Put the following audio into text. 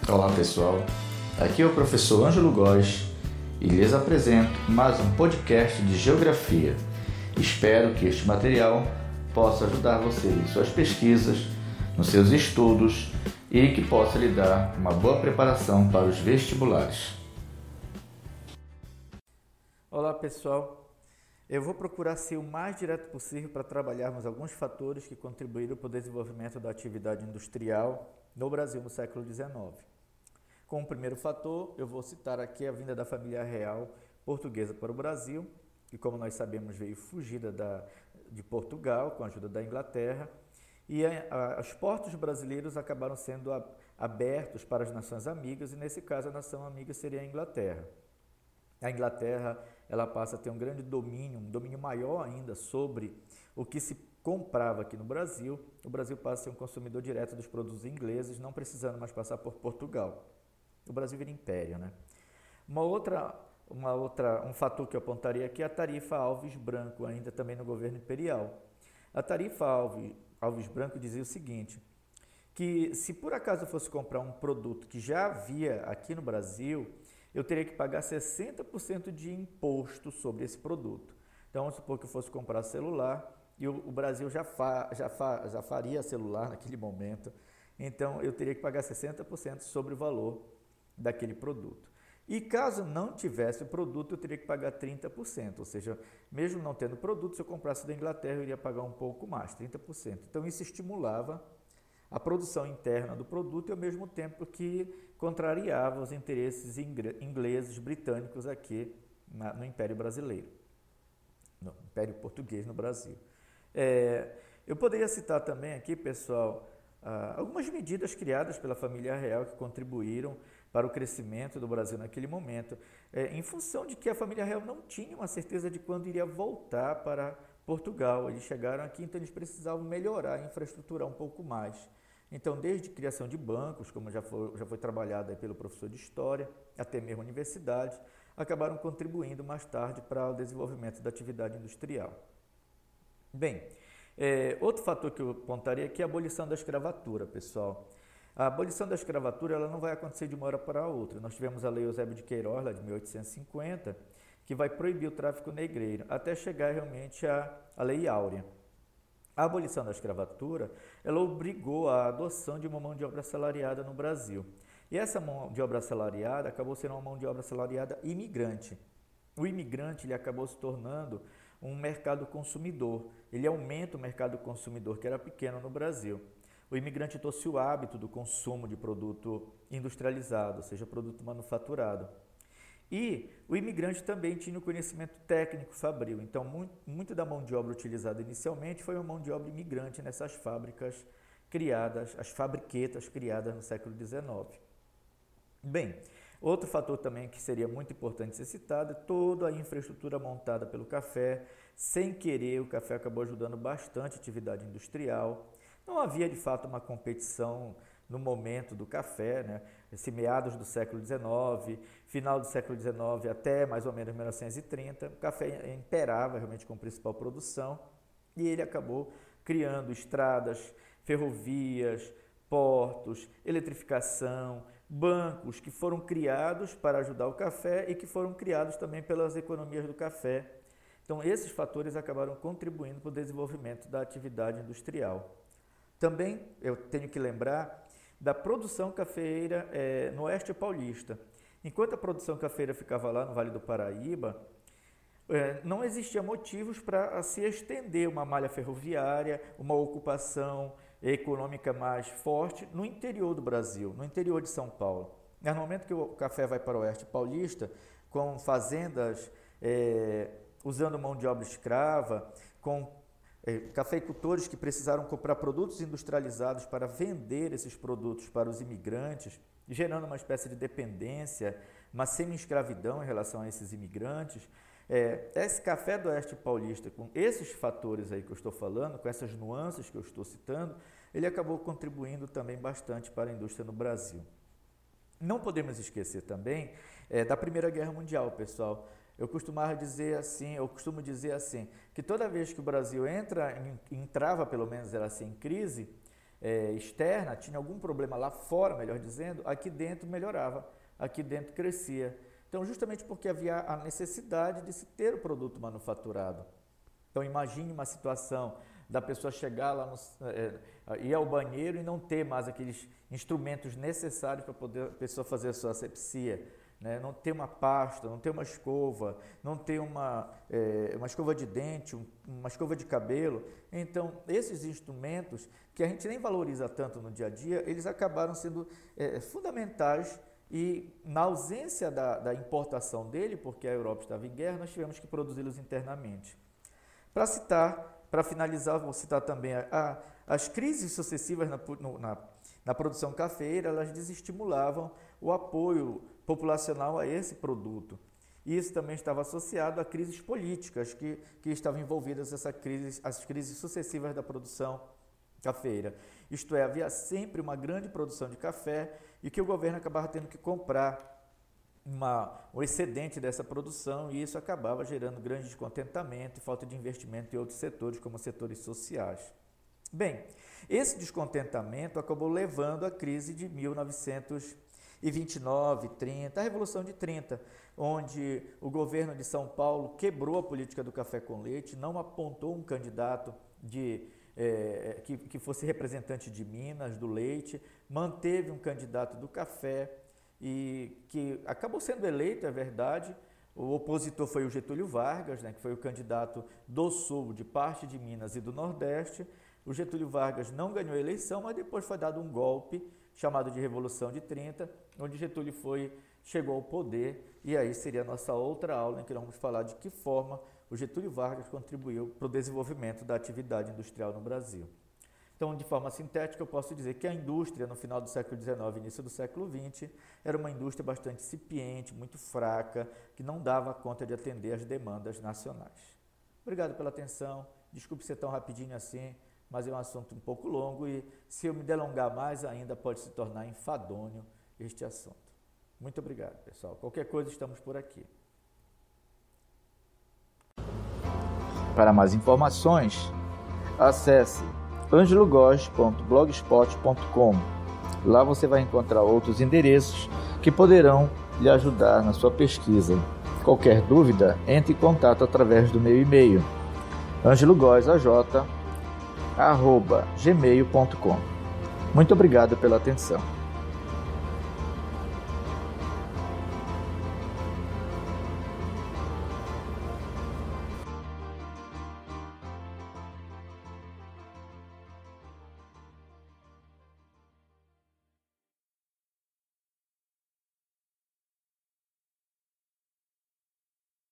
Olá pessoal, aqui é o professor Ângelo Góes e lhes apresento mais um podcast de Geografia. Espero que este material possa ajudar você em suas pesquisas, nos seus estudos e que possa lhe dar uma boa preparação para os vestibulares. Olá pessoal, eu vou procurar ser o mais direto possível para trabalharmos alguns fatores que contribuíram para o desenvolvimento da atividade industrial no Brasil no século XIX. Como primeiro fator, eu vou citar aqui a vinda da família real portuguesa para o Brasil, que, como nós sabemos, veio fugida de Portugal com a ajuda da Inglaterra, e os portos brasileiros acabaram sendo abertos para as nações amigas, e nesse caso a nação amiga seria a Inglaterra. A Inglaterra ela passa a ter um grande domínio, um domínio maior ainda sobre o que se comprava aqui no Brasil. O Brasil passa a ser um consumidor direto dos produtos ingleses, não precisando mais passar por Portugal. O Brasil vira império, né? Um fator que eu apontaria aqui é a tarifa Alves Branco, ainda também no governo imperial. A tarifa Alves Branco dizia o seguinte, que se por acaso eu fosse comprar um produto que já havia aqui no Brasil, eu teria que pagar 60% de imposto sobre esse produto. Então, vamos supor que eu fosse comprar celular e o Brasil já faria celular naquele momento, então eu teria que pagar 60% sobre o valor daquele produto. E caso não tivesse o produto, eu teria que pagar 30%, ou seja, mesmo não tendo produto, se eu comprasse da Inglaterra, eu iria pagar um pouco mais, 30%. Então isso estimulava a produção interna do produto e ao mesmo tempo que contrariava os interesses ingleses, britânicos aqui no Império Brasileiro, no Império Português no Brasil. Eu poderia citar também aqui, pessoal, algumas medidas criadas pela família real que contribuíram para o crescimento do Brasil naquele momento, em função de que a família real não tinha uma certeza de quando iria voltar para Portugal. Eles chegaram aqui, então eles precisavam melhorar a infraestrutura um pouco mais. Então, desde criação de bancos, como já foi trabalhado aí pelo professor de História, até mesmo universidades, acabaram contribuindo mais tarde para o desenvolvimento da atividade industrial. Bem, outro fator que eu apontaria aqui é a abolição da escravatura, pessoal. A abolição da escravatura ela não vai acontecer de uma hora para outra. Nós tivemos a Lei Eusébio de Queiroz, lá de 1850, que vai proibir o tráfico negreiro, até chegar realmente à Lei Áurea. A abolição da escravatura ela obrigou a adoção de uma mão de obra assalariada no Brasil. E essa mão de obra assalariada acabou sendo uma mão de obra assalariada imigrante. O imigrante ele acabou se tornando um mercado consumidor. Ele aumenta o mercado consumidor, que era pequeno no Brasil. O imigrante trouxe o hábito do consumo de produto industrializado, ou seja, produto manufaturado. E o imigrante também tinha o conhecimento técnico fabril. Então, muito da mão de obra utilizada inicialmente foi uma mão de obra imigrante nessas fábricas criadas, as fabriquetas criadas no século XIX. Bem, outro fator também que seria muito importante ser citado é toda a infraestrutura montada pelo café. Sem querer, o café acabou ajudando bastante a atividade industrial. Não havia, de fato, uma competição no momento do café, né? Esse meados do século XIX, final do século XIX até mais ou menos 1930, o café imperava realmente como principal produção e ele acabou criando estradas, ferrovias, portos, eletrificação, bancos que foram criados para ajudar o café e que foram criados também pelas economias do café. Então, esses fatores acabaram contribuindo para o desenvolvimento da atividade industrial. Também eu tenho que lembrar da produção cafeeira no Oeste Paulista. Enquanto a produção cafeeira ficava lá no Vale do Paraíba, não existia motivos para se estender uma malha ferroviária, uma ocupação econômica mais forte no interior do Brasil, no interior de São Paulo. No momento que o café vai para o Oeste Paulista, com fazendas usando mão de obra escrava, com cafeicultores que precisaram comprar produtos industrializados para vender esses produtos para os imigrantes, gerando uma espécie de dependência, uma semi-escravidão em relação a esses imigrantes. Esse café do Oeste Paulista, com esses fatores aí que eu estou falando, com essas nuances que eu estou citando, ele acabou contribuindo também bastante para a indústria no Brasil. Não podemos esquecer também da Primeira Guerra Mundial, pessoal. Eu costumo dizer assim, que toda vez que o Brasil entrava, pelo menos era assim, em crise, externa tinha algum problema lá fora, melhor dizendo, aqui dentro melhorava, aqui dentro crescia. Então, justamente porque havia a necessidade de se ter o produto manufaturado. Então, imagine uma situação da pessoa chegar lá, ir ao banheiro e não ter mais aqueles instrumentos necessários para poder a pessoa fazer a sua asepsia, né? Não ter uma pasta, não ter uma escova, não ter uma escova de dente, uma escova de cabelo. Então, esses instrumentos que a gente nem valoriza tanto no dia a dia, eles acabaram sendo fundamentais e, na ausência da importação dele, porque a Europa estava em guerra, nós tivemos que produzi-los internamente. Para finalizar, vou citar também as crises sucessivas na produção cafeeira, elas desestimulavam o apoio populacional a esse produto. E isso também estava associado a crises políticas que estavam envolvidas as crises sucessivas da produção cafeeira. Isto é, havia sempre uma grande produção de café e que o governo acabava tendo que comprar o excedente dessa produção, e isso acabava gerando grande descontentamento e falta de investimento em outros setores, como setores sociais. Bem, esse descontentamento acabou levando à crise de 1929, 30, a Revolução de 30, onde o governo de São Paulo quebrou a política do café com leite, não apontou um candidato que fosse representante de Minas, do leite, manteve um candidato do café, e que acabou sendo eleito, é verdade. O opositor foi o Getúlio Vargas, né, que foi o candidato do Sul, de parte de Minas e do Nordeste. O Getúlio Vargas não ganhou a eleição, mas depois foi dado um golpe, chamado de Revolução de 30, onde Getúlio chegou ao poder, e aí seria a nossa outra aula em que nós vamos falar de que forma o Getúlio Vargas contribuiu para o desenvolvimento da atividade industrial no Brasil. Então, de forma sintética, eu posso dizer que a indústria no final do século XIX e início do século XX era uma indústria bastante incipiente, muito fraca, que não dava conta de atender às demandas nacionais. Obrigado pela atenção, desculpe ser tão rapidinho assim, mas é um assunto um pouco longo e, se eu me delongar mais ainda, pode se tornar enfadonho este assunto. Muito obrigado, pessoal. Qualquer coisa, estamos por aqui. Para mais informações, acesse angelogos.blogspot.com. Lá você vai encontrar outros endereços que poderão lhe ajudar na sua pesquisa. Qualquer dúvida, entre em contato através do meu e-mail angelogosaj@gmail.com. Muito obrigado pela atenção.